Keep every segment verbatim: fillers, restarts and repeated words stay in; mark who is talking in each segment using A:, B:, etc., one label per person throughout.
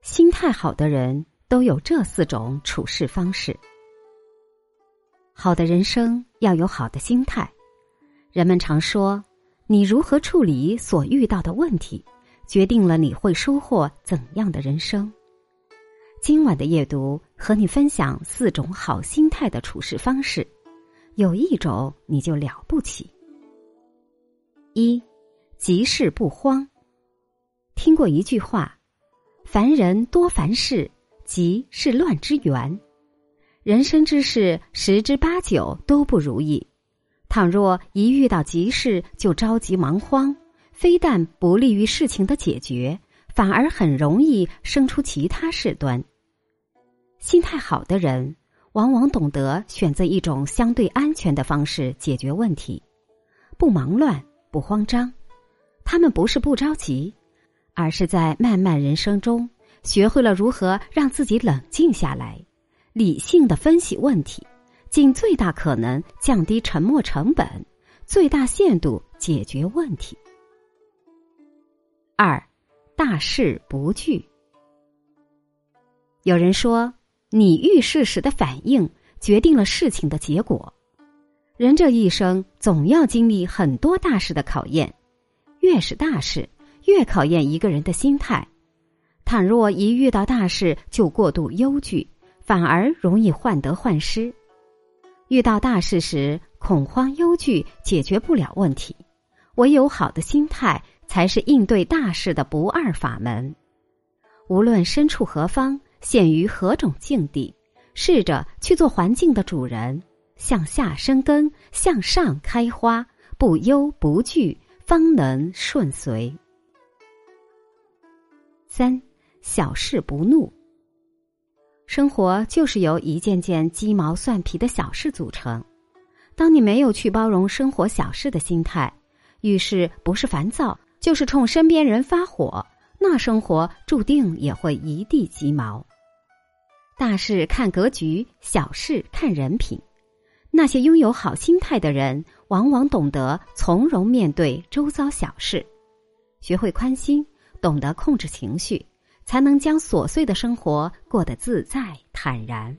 A: 心态好的人都有这四种处事方式。好的人生要有好的心态。人们常说，你如何处理所遇到的问题，决定了你会收获怎样的人生。今晚的夜读和你分享四种好心态的处事方式，有一种你就了不起。一，急事不慌。听过一句话，凡人多烦事，急是乱之源。人生之事十之八九都不如意，倘若一遇到急事就着急忙慌，非但不利于事情的解决，反而很容易生出其他事端。心态好的人往往懂得选择一种相对安全的方式解决问题，不忙乱，不慌张。他们不是不着急，而是在漫漫人生中学会了如何让自己冷静下来，理性地分析问题，尽最大可能降低沉没成本，最大限度解决问题。二，大事不惧。有人说，你遇事时的反应决定了事情的结果。人这一生总要经历很多大事的考验，越是大事，越考验一个人的心态。倘若一遇到大事就过度忧惧，反而容易患得患失。遇到大事时，恐慌忧惧解决不了问题，唯有好的心态才是应对大事的不二法门。无论身处何方，陷于何种境地，试着去做环境的主人，向下生根，向上开花，不忧不惧，方能顺遂。三，小事不怒。生活就是由一件件鸡毛蒜皮的小事组成。当你没有去包容生活小事的心态，遇事不是烦躁，就是冲身边人发火，那生活注定也会一地鸡毛。大事看格局，小事看人品。那些拥有好心态的人，往往懂得从容面对周遭小事，学会宽心，懂得控制情绪，才能将琐碎的生活过得自在坦然。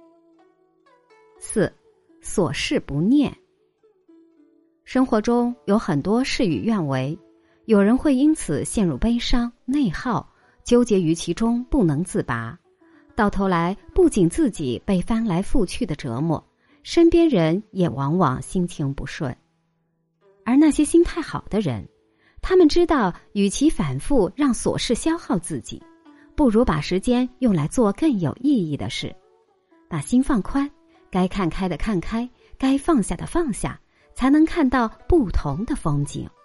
A: 四，所事不念。生活中有很多事与愿违，有人会因此陷入悲伤、内耗，纠结于其中不能自拔，到头来不仅自己被翻来覆去的折磨，身边人也往往心情不顺。而那些心态好的人，他们知道与其反复让琐事消耗自己，不如把时间用来做更有意义的事，把心放宽，该看开的看开，该放下的放下，才能看到不同的风景。